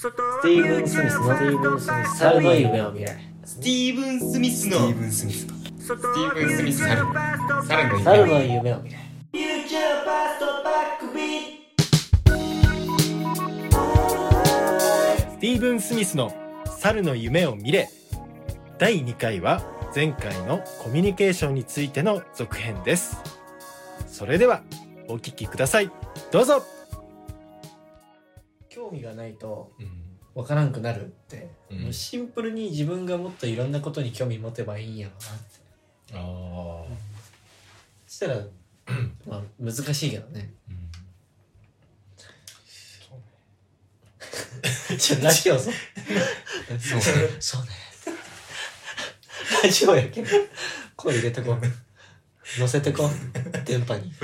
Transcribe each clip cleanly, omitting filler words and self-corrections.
スティーブン・スミスの猿の夢を見れ。 スティーブン・スミスのスティーブン・スミスかスティーブン・スミス猿猿の夢を見れ。 スティーブン・スミスの猿の夢を見れ。第2回は前回のコミュニケーションについての続編です。それではお聞きください。どうぞ。 興味がないと分からんくなるって、もうシンプルに自分がもっといろんなことに興味持てばいいんやろなって。そしたらまあ難しいけどね。ラジオそうねラジオやけん声入れてこう乗せてこう電波に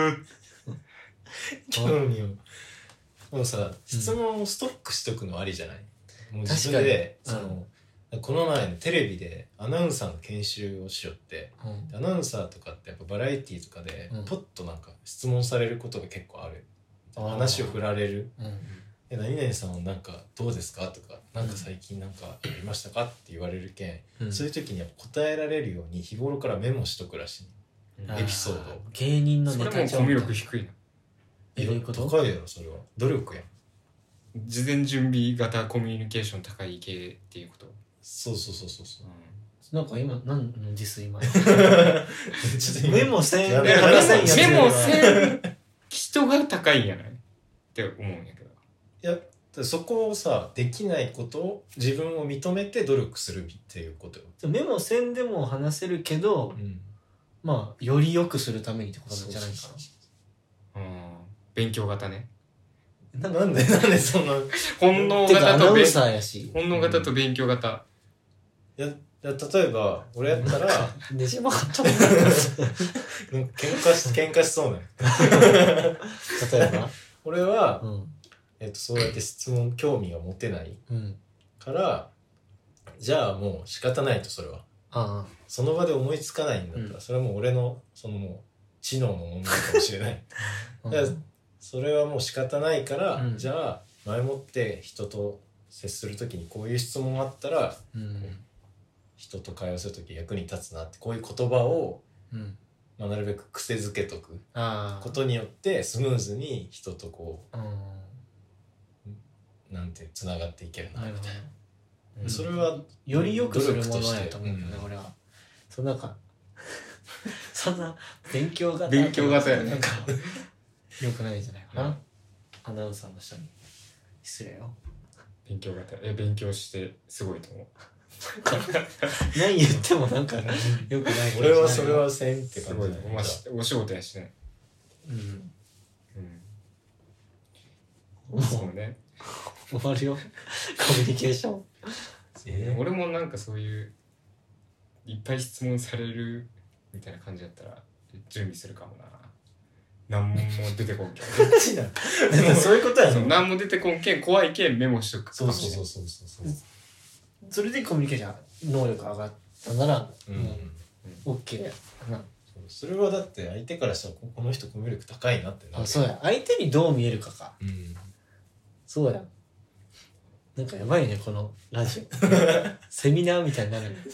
興味をもうさ、質問をストックしとくのありじゃない？もう自分でこの前のテレビでアナウンサーの研修をしよって、アナウンサーとかってやっぱバラエティとかでポッとなんか質問されることが結構ある。話を振られる。何々さんはなんかどうですかとか、なんか最近なんかありましたかって言われるけん、そういう時にやっぱ答えられるように日頃からメモしとくらしい、エピソード。 芸人のネタ帳。 それもコミュ力低いな。 どういうこと？ 高いやろそれは。努力やん。 事前準備型コミュニケーション高い系っていうこと。 そう、 なんか今何のディス今メモせんやめで話せんやつメモせん人が高いんやないって思うんやけど。 いやそこをさ、できないことを自分を認めて努力するっていうことよ。 メモせんでも話せるけど、まあより良くするためにってことなんじゃないかな。 勉強型ね。 なんでそんな本能てかア型とナウンサーやし。 本能型と勉強型。 いや例えば俺やったらねじ曲がったもん喧嘩しそうね例えば俺は、そうやって質問興味が持てないから、じゃあもう仕方ないと。それはその場で思いつかないんだったら、それはもう俺のそのもう知能の問題かもしれないだからそれはもう仕方ないから、じゃあ前もって人と接するときにこういう質問があったら、人と会話するとき役に立つなって、こういう言葉を、なるべく癖づけとくことによってスムーズに人とこう、なんてつながっていけるなみたいな。それはより良くするものやと思うよね、俺は。そんな勉強型やね。 なんか良くないんじゃないかな、アナウンサーの人に。失礼よ。 勉強型。勉強してすごいと思う。 何言ってもなんか良くない。 俺はそれはせんって感じだね。 お仕事やしね。そうね。 終わるよコミュニケーション。 俺もなんかそういういっぱい質問されるみたいな感じだったら準備するかもな。何も出てこんけんそういうことやろ。 何も出てこんけん怖いけんメモしとくかもしれない。 それでコミュニケーション能力上がったならもう OK やな。 それはだって相手からしたらこの人コミュ力高いなってなる。 そうや、相手にどう見えるか。そうや。なんかやばいねこのラジオセミナーみたいになるね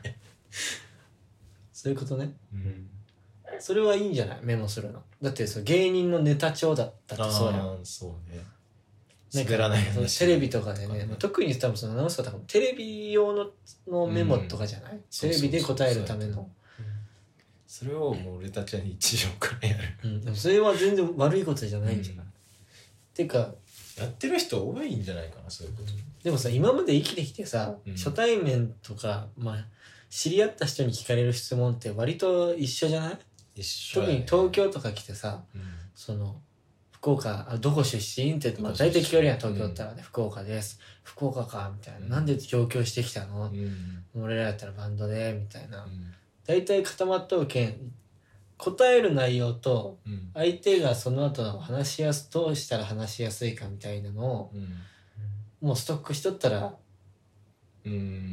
そういうことね。それはいいんじゃない？メモするの。だって芸人のネタ帳だったらそうやん。 そうね。 なんかテレビとかでね、特に多分そのアナウンサーとかもテレビ用のメモとかじゃない？テレビで答えるための。 それをもう俺たちは日常からやる。 でもそれは全然悪いことじゃないんじゃない？っていうかやってる人多いんじゃないかな、そういうこと。 でもさ、今まで生きてきてさ、初対面とか知り合った人に聞かれる質問って割と一緒じゃない？ 一緒やね。 特に東京とか来てさ、その福岡どこ出身って大体聞かれるやん。東京だったらね、福岡です。福岡かみたいな。なんで上京してきたの？俺らやったらバンドでみたいな。大体固まっとるけん、答える内容と相手がその後どうしたら話しやすいかみたいなのをもうストックしとったら、あ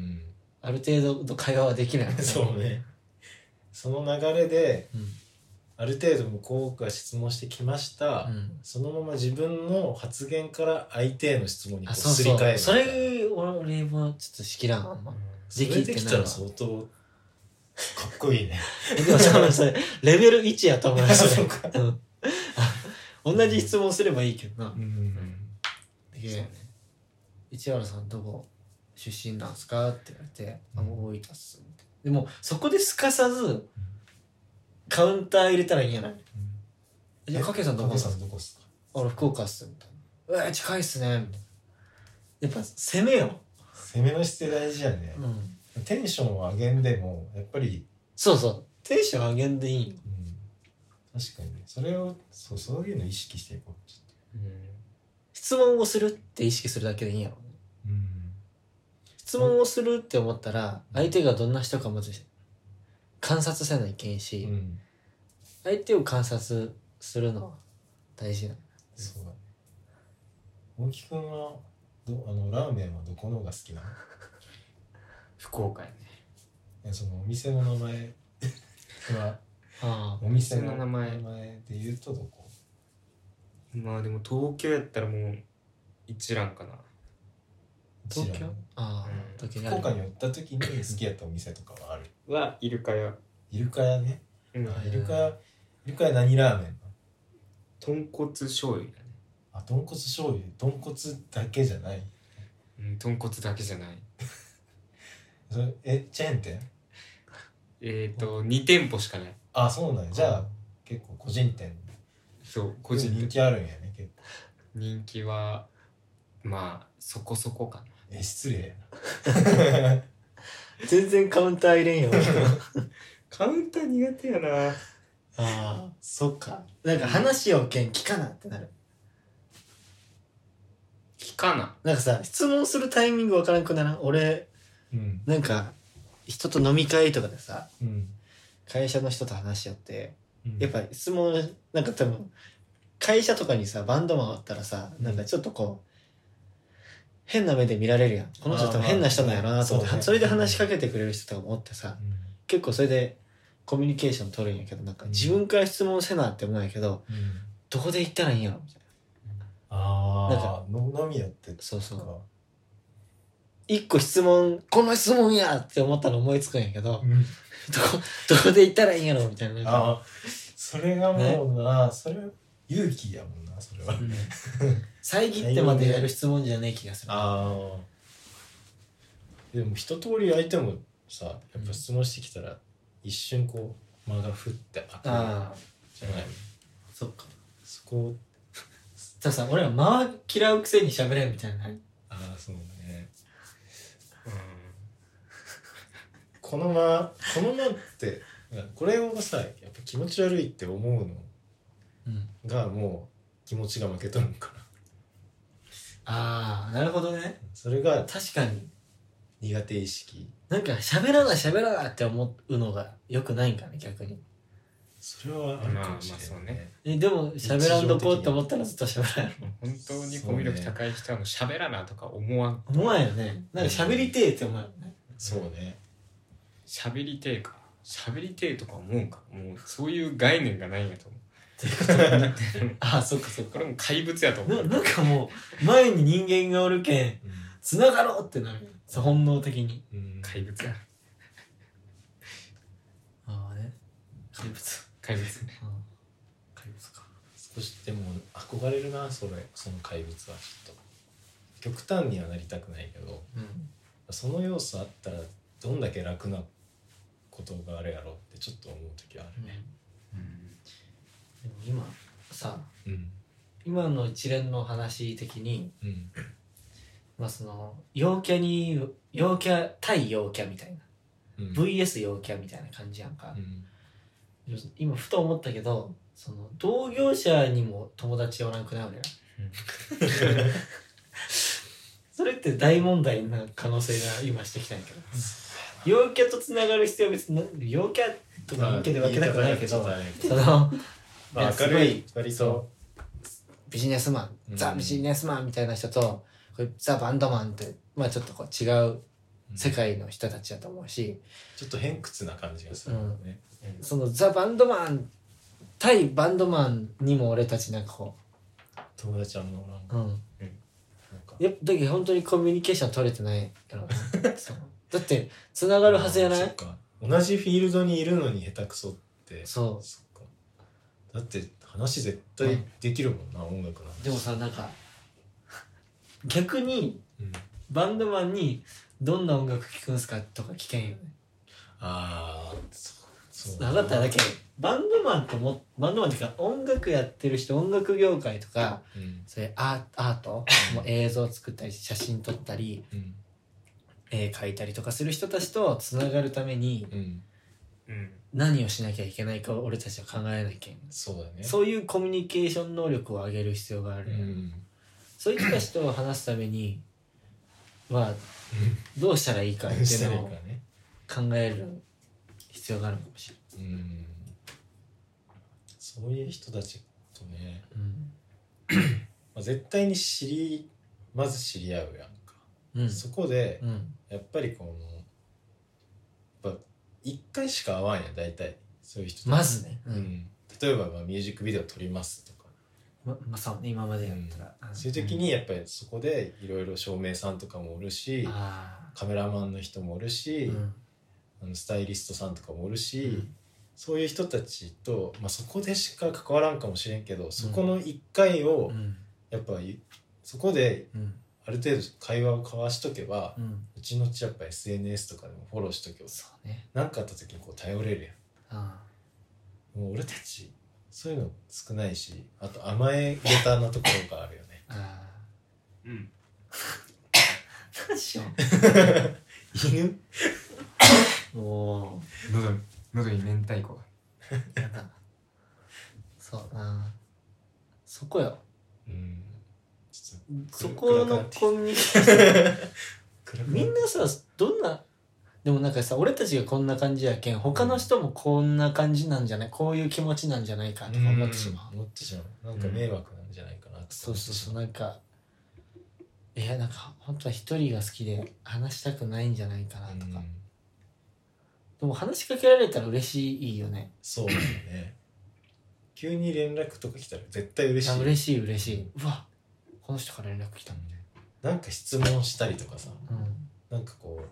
る程度の会話はできないよね。 そうね。その流れで、 ある程度向こうが質問してきました、そのまま自分の発言から相手への質問にこうすり替える。 それ俺もちょっとしきらんあんま。 それできたら相当かっこいいね。 でもそれレベル1やと思いますよ。同じ質問すればいいけどな。市原さんどこ出身なんすかって言われて、大分っす。でもそこですかさずカウンター入れたらいいんやない？じゃあかけさんどこっすか？俺福岡っすみたいな。近いっすねみたいな。やっぱ攻めよ。 攻めの姿勢大事やね。テンションを上げんでもやっぱりそうテンション上げんでいいよ。 確かにね。それをそういうの意識していこう。 質問をするって意識するだけでいいんやろ。質問をするって思ったら相手がどんな人かまず観察せないけんし、相手を観察するのは大事なの。 そうだね。大木くんはラーメンはどこのが好きなの？ 福岡やね。 そのお店の名前はお店の名前で言うとどこ？ まあでも東京やったらもう一蘭かな。 東京？ 福岡に寄った時に好きやったお店とかはある？ はイルカ屋。 イルカ屋ね。イルカ屋何ラーメンなの？ 豚骨醤油だね。 豚骨醤油。豚骨だけじゃない？ 豚骨だけじゃない。 それチェーン店 ？2店舗しかない。 そうなんや。じゃあ結構個人店。 そう個人店。 人気あるんやね結構。 人気はまあそこそこかな。 失礼やな。全然カウンター入れんよ。 カウンター苦手やな。 そっか。なんか話をけん聞かなってなる。 聞かな。 なんかさ質問するタイミングわからんくならん？俺、なんか人と飲み会とかでさ、会社の人と話し合って、やっぱ質問なんか多分会社とかにさバンドマンあったらさ、なんかちょっとこう変な目で見られるやん。この人多分変な人なんやろなと思って、それで話しかけてくれる人とかもおってさ、結構それでコミュニケーション取るんやけど、なんか自分から質問せなって思うんやけど、どこで行ったらいいんやろみたいな。なんか飲みやってそう一個質問この質問やって思ったの思いつくんやけど、どこで行ったらいいんやろみたいな。 それがもうな、それ勇気やもんなそれは。 遮ってまでやる質問じゃねえ気がする。 でも一通り相手もさやっぱ質問してきたら一瞬こう間がふって開くじゃない。 そっか。 そこたださ俺は間嫌うくせに喋れんみたいな。 そうだね。この間ってこれをさやっぱ気持ち悪いって思うのがもう気持ちが負けとるんかな。なるほどね。 それが確かに苦手意識。 なんか喋らなって思うのが良くないんかね逆に。 それはあるかもしれないね。 でも喋らんとこうって思ったらずっと喋らんやろ。 本当にコミュ力高い人は喋らなとか思わんよね。なんか喋りてえって思うよね。 そうね。 喋りてえとか思うんか。もうそういう概念がないんやと思う。 そっかそっか。 これも怪物やと思う。 なんかもう前に人間がおるけん繋がろうってなる。本能的に。 怪物や。 怪物。 怪物か。 少しでも憧れるなその怪物はちょっと極端にはなりたくないけど、その要素あったらどんだけ楽なことがあるやろうってちょっと思う時はあるね。 でも今さ、今の一連の話的に、その陽キャ対陽キャみたいな、VS 陽キャみたいな感じやんか。今ふと思ったけど、その同業者にも友達おらんくない俺ら。それって大問題な可能性が今してきたんやけど、陽キャとつながる必要は別に陽キャとか陽キャで分けたくないけど、その明るい割とビジネスマン、ザ・ビジネスマンみたいな人とザ・バンドマンってちょっとこう違う世界の人たちだと思うし、 ちょっと偏屈な感じがするもんね。 そのザ・バンドマン対バンドマンにも俺たちなんかこ友達あんまおらんう、 か、なんかやっぱだけど本当にコミュニケーション取れてないやろそうだってつながるはずやないそっか同じフィールドにいるのに下手くそってそうそっかだって話絶対できるもんな、音楽なんてでもさなんか逆にうんバンドマンにどんな音楽聴くんすかとか聞けんよねああそう分かっただけどバンドマンっていうか音楽やってる人音楽業界とかうんそれアートもう映像作ったり写真撮ったりうん絵描いたりとかする人たちとつながるためにうんうん何をしなきゃいけないかを俺たちは考えなきゃいけないそうだねそういうコミュニケーション能力を上げる必要がある、 うんそういう人たちと話すためにはどうしたらいいかっていうしたらいいのをかね考える必要があるかもしれうんそういう人たちとね、 ないまあ、絶対にまず知り合うやんか、 うんそこでうんやっぱりこのやっぱ一回しか会わんや大体そういう人たちまずねうん例えばまあミュージックビデオ撮りますとか、 まあそうね今までやったら、 そういう時にやっぱりそこでいろいろ照明さんとかもおるし、 あカメラマンの人もおるし、スタイリストさんとかもおるし、そういう人たちと、まあ、そこでしか関わらんかもしれんけどそこの一回をやっぱそこである程度会話を交わしとけば、後々やっぱ SNS とかでもフォローしとけばそうね何かあった時にこう頼れるやん。もう俺たちそういうの少ないしあと甘えげたなところがあるよね。 うん何しよ犬うも喉に明太子がうやだそうなそこようんそこのコミュニケーションみんなさどんなでもなんかさ俺たちがこんな感じやけん他の人もこんな感じなんじゃないこういう気持ちなんじゃないかとか思ってしまう、 思ってしまうなんか迷惑なんじゃないかなってそうそうそうなんかいやなんか本当は一人が好きで話したくないんじゃないかなとか、でも話しかけられたら嬉しいよね。 そうだよね急に連絡とか来たら絶対嬉しい。 嬉しい嬉しい。うわこの人から連絡来たみたいなんか質問したりとかさ、 な。 なんかこう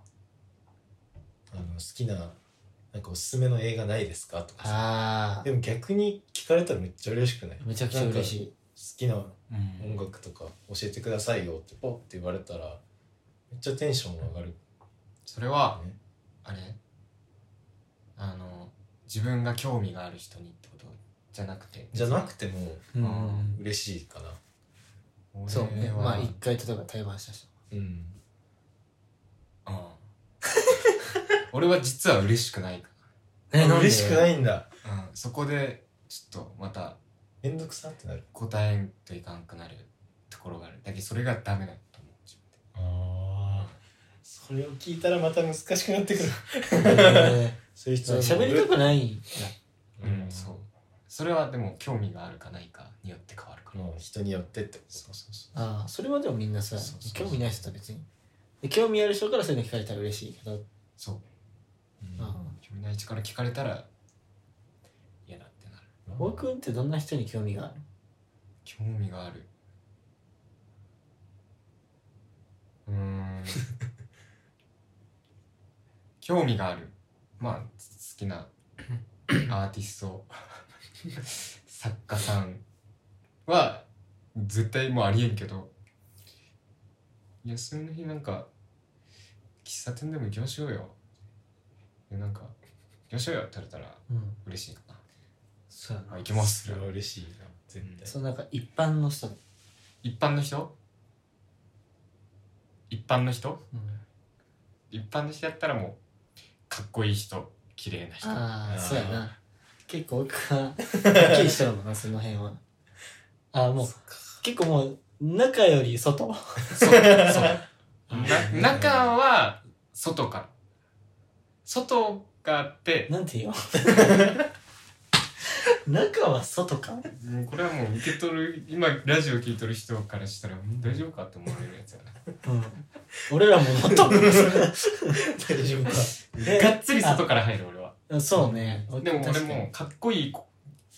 好きななんかおすすめの映画ないですかとかさ。 あでも逆に聞かれたらめっちゃ嬉しくない？ めちゃくちゃ嬉しい。 好きな音楽とか教えてくださいよってポッって言われたらめっちゃテンション上がる。 それは、 ね、 あれ自分が興味がある人にってことじゃなくても嬉しいかな。 そうね。まあ一回例えば対バンした人。 俺は実は嬉しくないか嬉しくないんだ。 ら、そこでちょっとまためんどくさってなる。 答えんといかんくなるところがある。だけどそれがダメだと思う自分で。 それを聞いたらまた難しくなってくる。そういう人は喋りたくないんだ。 そう。それはでも興味があるかないかによって変わるから。 人によってってこと。 そうそれはでもみんなさ興味ない人とは別にで興味ある人からそういうの聞かれたら嬉しいけどそう。興味ない人から聞かれたら嫌だってなる。 大君ってどんな人に興味がある？ 興味がある。興味がある。まあ好きなアーティスト作家さんは絶対もうありえんけど、休みの日なんか喫茶店でも行きましょうよ。なんか行きましょうよって言われたら嬉しいかな。 そうやな。 行きます。 それは嬉しいな絶対。 そうなんか一般の人。 一般の人？一般の人？一般の人やったらもうかっこいい人、綺麗な人。 そうやな。結構奥がはっきりしてるもんなその辺は。もう結構もう中より外。 そう中は外から。外があってなんて言う中は外か。 これはもう受け取る今ラジオ聞いとる人からしたら大丈夫かって思われるやつやな。 俺らももっと大丈夫か。がっつり外から入る俺は。 そうね。 でも俺もかっこいい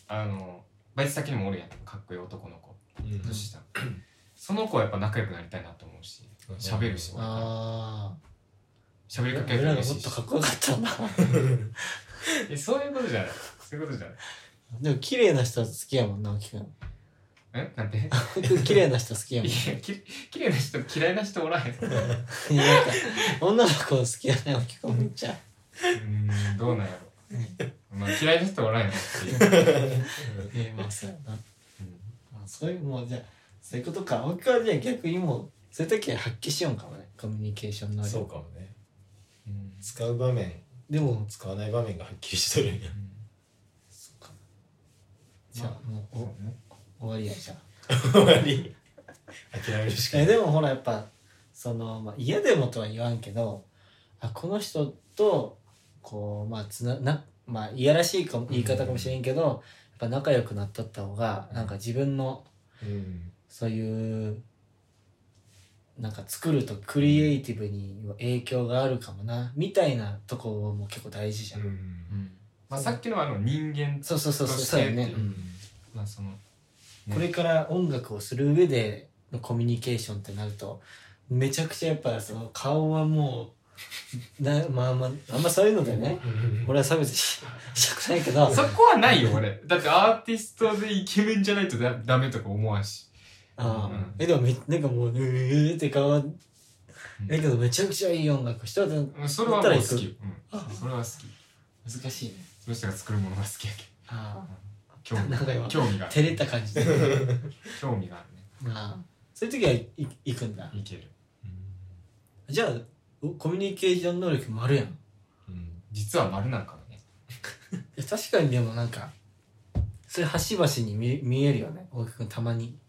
バイト先にもおるやんかっこいい男の子うん年下その子はやっぱ仲良くなりたいなと思うし喋るしあ喋りかけ俺らがるしもっとかっこよかったんだそういうことじゃないそういうことじゃないでも綺麗な人好きやもんな、沖君。 なんで綺麗な人好きやもん。 いや綺麗な人嫌いな人おらへんいやなんか女の子好きやね、沖君めっちゃ。 どうなんやろまあ嫌いな人おらへんのっていうまあそうやな。まあそういうもうじゃあそういうことか。沖君はじゃあ逆にもうそういう時は発揮しようかもね。コミュニケーション能力。 そうかもね使う場面でも使わない場面がはっきりしてるんやそうか。じゃあもう終わりやじゃあ。 終わり諦めるしかないでもほらやっぱその、まあ、嫌でもとは言わんけどこの人とこうまあまあいやらしい言い方かもしれんけど、やっぱ仲良くなっとった方がなんか自分のそういうなんか作るとクリエイティブに影響があるかもなみたいなとこも結構大事じゃん。 まあさっきの人間そうそうそうとそうやねしてっていうまあそのこれから音楽をする上でのコミュニケーションってなるとめちゃくちゃやっぱその顔はもうまああんまそういうのでね俺は差別したくないけどそこはないよ俺だってアーティストでイケメンじゃないとダメとか思わんしでもなんかもうって顔はだけどめちゃくちゃいい音楽人だそれはもう好きそれは好き難しいねその人が作るものが好きやけど興味が照れた感じで興味があるねそういう時は行くんだいけるじゃあコミュニケーション能力もあるやん実は丸なんかもね確かにでもなんかそれ端々に見えるよね大木くんたまに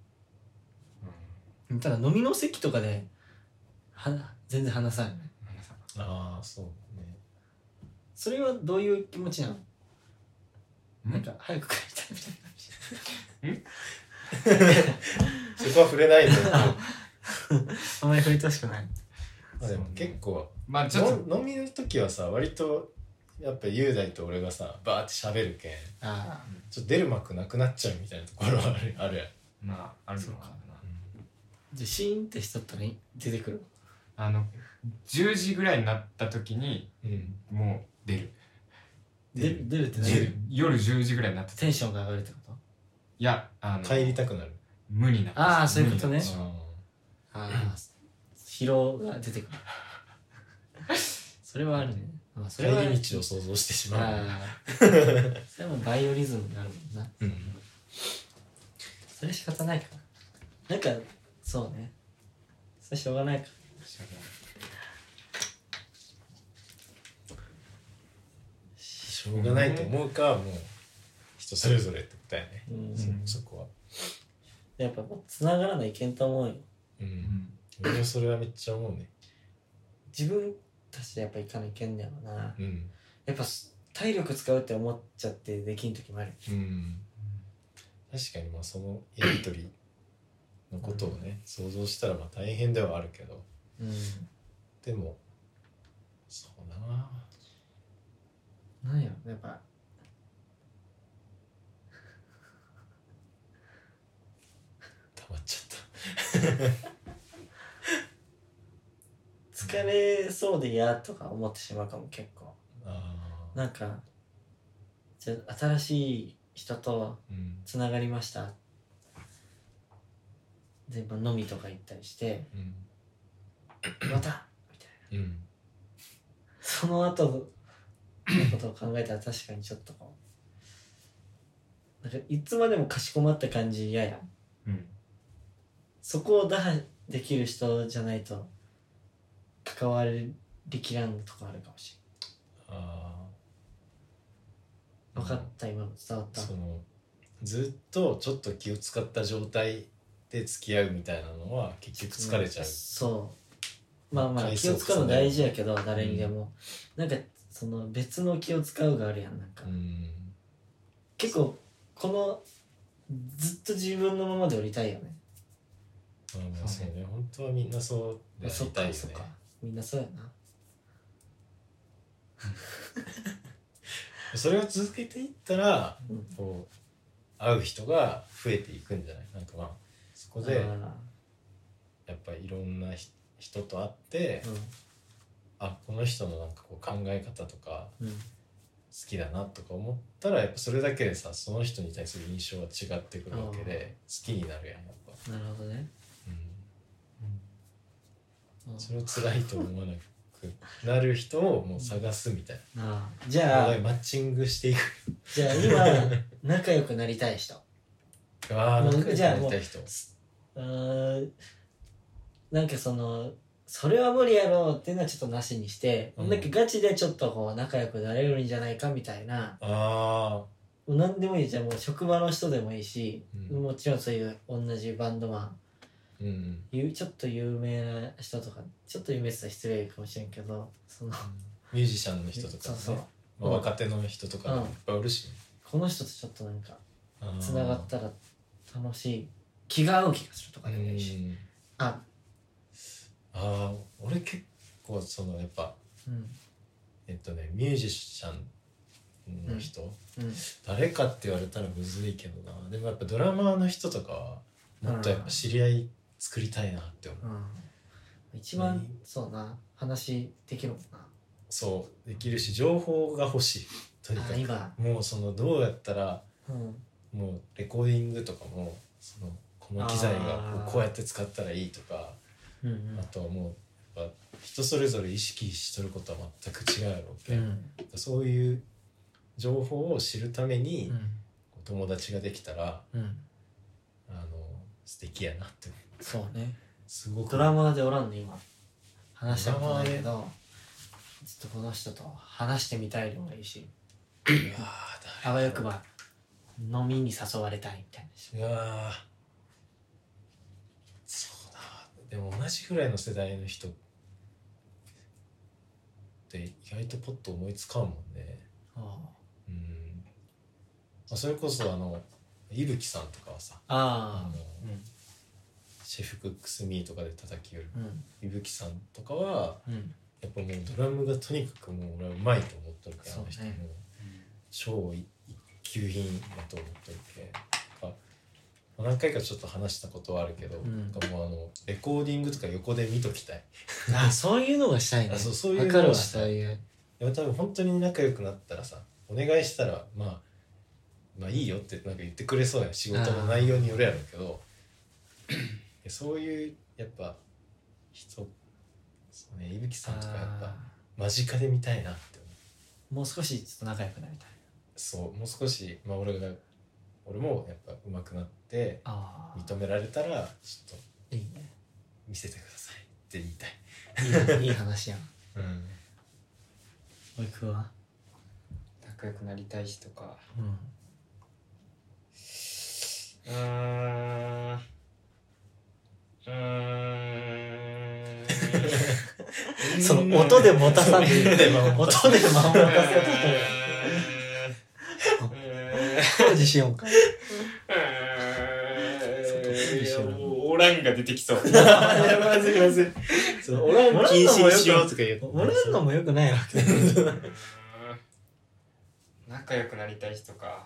ただ飲みの席とかで全然話さないよねああそうねそれはどういう気持ちなのなんか早く帰りたいみたいなそこは触れないであんまり触れてほしくないまあでも結構まあちょっと飲みの時はさ割とやっぱ雄大と俺がさバーって喋るけんちょっと出る幕なくなっちゃうみたいなところはあるやんまああるのかなじゃあシーンってしとったら出てくる 10時ぐらいになった時にもう出る出るって何夜10時ぐらいになってテンションが上がるってこといや帰りたくなる無になってそういうことね疲労が出てくるそれはあるね帰り道を想像してしまうそれもバイオリズムになるもんなそれ仕方ないかなんかそうねそれしょうがないかしょうがないと思うかもう人それぞれってことやねそこはやっぱ繋がらないけんと思うよ俺はそれはめっちゃ思うね自分たちでやっぱいかないけんだよなやっぱ体力使うって思っちゃってできん時もある確かにまあそのやりとりのことをね想像したらまあ大変ではあるけどでもそうななんやろやっぱ溜まっちゃった疲れそうで嫌とか思ってしまうかも結構なんかじゃあ新しい人とつながりました、で飲みとか行ったりしてまたみたいなその後のことを考えたら確かにちょっとこうなんかいつまでもかしこまった感じ嫌やそこを打破できる人じゃないと関わりきらんとこあるかもしれない分かった今の伝わったそのずっとちょっと気を使った状態で付き合うみたいなのは結局疲れちゃうそうまあ気を使うの大事やけど誰にでもなんかその別の気を使うがあるやんなんか結構このずっと自分のままでおりたいよねまあそうね本当はみんなそうでありたいよねみんなそうやなそれを続けていったら、 うん、 こう会う人が増えていくんじゃない？なんかまあそこでやっぱりいろんな人と会って、あ、この人のなんかこう考え方とか好きだなとか思ったら、やっぱそれだけでさ、その人に対する印象は違ってくるわけで好きになるやん、やっぱ。 なるほどね。 それを辛いと思わなくなる人をもう探すみたいな。 じゃあマッチングしていく。 じゃあ今仲良くなりたい人。 ああ、仲良くなりたい人。 なんかそれは無理やろうっていうのはちょっとなしにして、だけガチでちょっとこう仲良くなれるんじゃないかみたいな。何でもいいじゃん。もう職場の人でもいいし、もちろんそういう同じバンドマン、ちょっと有名な人とか、ちょっと有名って失礼かもしれんけど、 ミュージシャンの人とかね、そうまあ、若手の人とかいっぱいおるし、 この人とちょっとなんかつながったら楽しい、気が合う気がするとかでもいいし、俺結構やっぱ、ミュージシャンの人、誰かって言われたらむずいけどな。でもやっぱドラマーの人とかはもっとやっぱ知り合い作りたいなって思う。一番そうな話できるもんな。そうできるし、情報が欲しい。とにかくもうどうやったら、もうレコーディングとかもこの機材がこうやって使ったらいいとか、あとはもうやっぱ人それぞれ意識しとることは全く違うやろうけ、そういう情報を知るために、友達ができたら、素敵やなって思う。そうね。すごくドラマーでおらんの今話したことないけど、ちょっとこの人と話してみたいのがいいし、あわよくば飲みに誘われたいみたいな。そうだ。でも同じぐらいの世代の人って意外とポッと思いつかんもんね。それこそ伊吹さんとかはさ、シェフクックスミーとかで叩きよる伊吹さんとかは、やっぱもうドラムがとにかくもう俺はうまいと思っとるけど、あの人も超一級品だと思っとるけ、何回かちょっと話したことはあるけど、もうレコーディングとか横で見ときたい。そういうのがしたいね。そういうのがしたい。でも多分本当に仲良くなったらさ、お願いしたらまあいいよってなんか言ってくれそうや。仕事の内容によるやろうけど、そういうやっぱ人、伊吹さんとかやっぱ間近で見たいなって思う。もう少しちょっと仲良くなりたい。そう、もう少し、俺もやっぱ上手くなって認められたらちょっといいね、見せてくださいって言いたい。いい話やん。おいくんは仲良くなりたい人か。その音で持たさんでいい。音で間を持たせようとしてる。自信をか。おらんが出てきそう。まずいまずい。おらん禁止にしようとか言う。おらんのもよくないわけ。仲良くなりたい人か。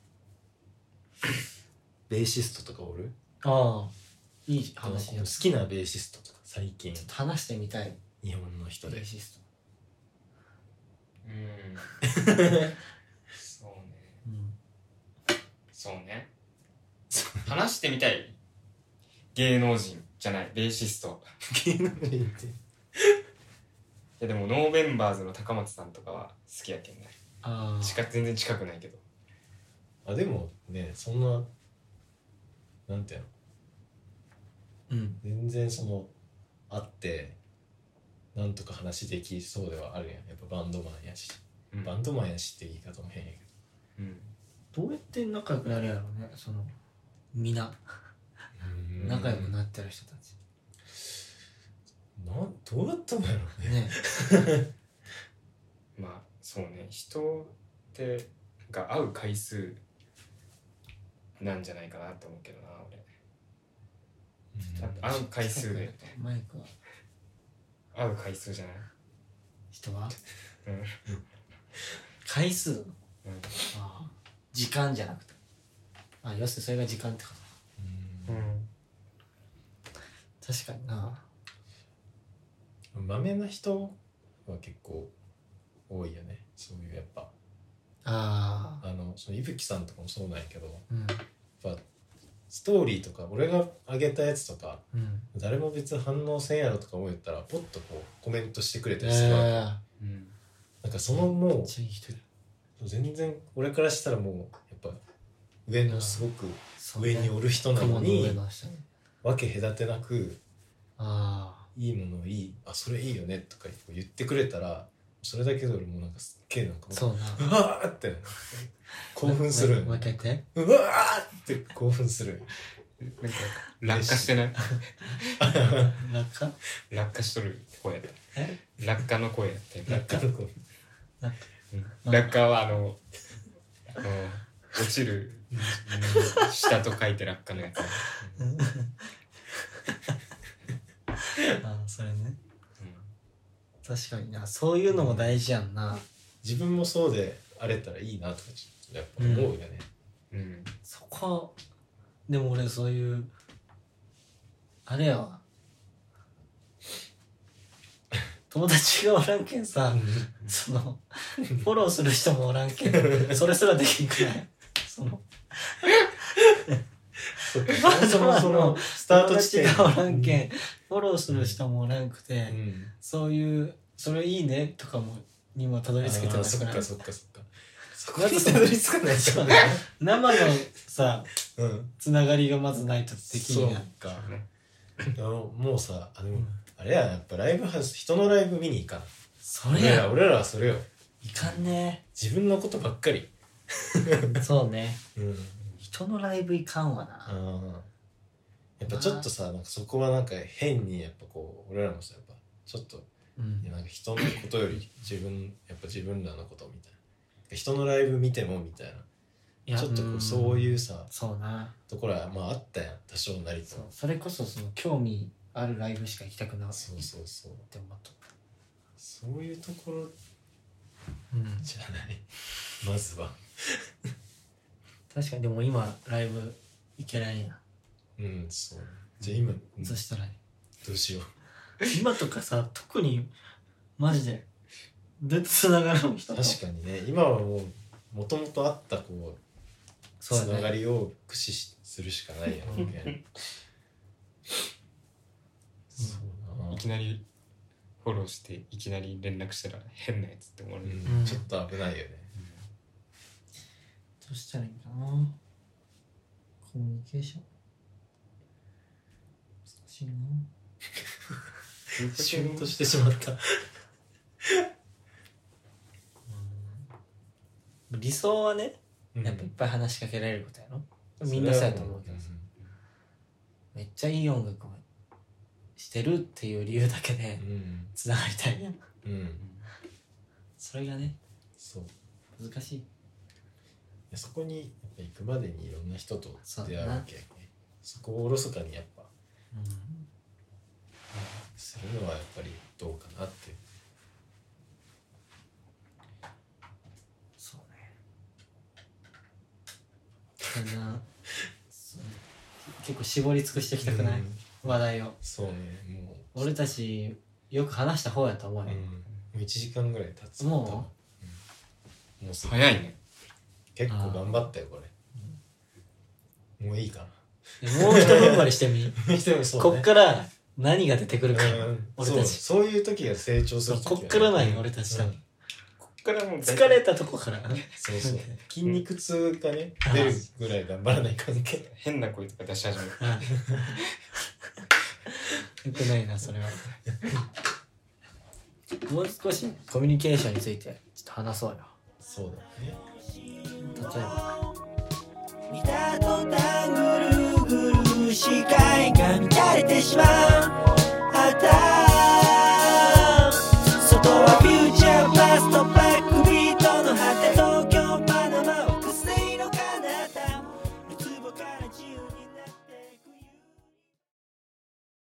ベーシストとかおる？ いい話。 好きなベーシストとか最近ちょっと話してみたい。 日本の人で。 ベーシスト。 そうね。話してみたい芸能人じゃない、ベーシスト。 芸能人っていやでもノーベンバーズの高松さんとかは好きやけんね。全然近くないけど。 でもね、そんななんていうの、全然会ってなんとか話できそうではあるやん。やっぱバンドマンやし、バンドマンやしって言い方も変やけど、どうやって仲良くなるやろうね。みんな仲良くなってる人たちどうやったんだろうね。 まあそうね、人ってが会う回数なんじゃないかなと思うけどな、俺。会う回数で。 マイクは会う回数じゃない？ 人は？回数？ あ時間じゃなくて、あ要するにそれが時間ってこと。確かにな。 まめな人は結構多いよね。そういうやっぱそのいぶきさんとかもそうなんやけど、やっぱストーリーとか俺が上げたやつとか、誰も別に反応せんやろとか思ったらポッとこうコメントしてくれたりするわけ、なんかそのもう全然俺からしたらもうやっぱ上のすごく上におる人なのにわけ隔てなくいいものいいそれいいよねとか言ってくれたらそれだけで俺もなんかすっげえなんかうわーって興奮する。 もう一回言って。 うわーって興奮する。 なんか落下してない？落下しとる声やった。落下の声やった。 落下の声。 落下は落ちる下と書いて落下のやつ。 それね。確かにな、そういうのも大事やんな。 自分もそうであれたらいいなとかちょっとやっぱ思うよね。 そこでも俺そういうあれやわ、友達がおらんけんさ、そのフォローする人もおらんけんそれすらできんくないそのそのスタート地点がおらんけんフォローする人もおらんくて、そういうそれいいねとかもにもたどり着けてなくない？ そっかそこにたどり着かないと生のさ、つながりがまずないとできんやんか。 もうさあれやっぱライブハウス人のライブ見に行かん。 それや俺らはそれよ。 いかんね。 自分のことばっかり。 そうね。人のライブいかんわな。 やっぱちょっとさなんかそこはなんか変にやっぱこう俺らもさやっぱちょっと、なんか人のことよりやっぱ自分らのことみたいな。人のライブ見てもみたいな。ちょっとこうそういうさそうなところはまああったやん多少なりと。 それこそその興味あるライブしか行きたくなかった。 そうって思った。 そういうところじゃない、まずは確かに。でも今ライブ行けないんや。 そうじゃあ今、 そしたらどうしよう今とかさ特にマジでどうやってつながるの人と。 確かにね今はもともとあったこうつながりを駆使するしかないやんみたいな。 いきなりフォローしていきなり連絡したら変なやつって思われる、 ちょっと危ないよね。 どうしたらいいかな。コミュニケーション難しいな。 シュンとしてしまった理想はねやっぱいっぱい話しかけられることやろ。みんなそうやと思うけどさ、めっちゃいい音楽をしてるっていう理由だけでつながりたいやん。それがね難しい。 そこにやっぱ行くまでにいろんな人と出会うわけやね。そこをおろそかにやっぱするのはやっぱりどうかなって。 結構絞り尽くしてきたくない、話題を。 そうね。もう俺たちよく話した方やと思うよ。 もう1時間ぐらい経つ。 もう早いね。 結構頑張ったよこれ。もういいかな。もう一踏ん張りしてみこっから何が出てくるか。俺たちそういう時が成長する時。 こっからない俺たち多分。 からもう疲れたとこからそう筋肉痛がね出るぐらい頑張らない関係。 変な声とか出し始める。 よくないなそれは。もう少しコミュニケーションについてちょっと話そうよ。 そうだね。 例えば見た途端ぐるぐる視界が乱れてしまう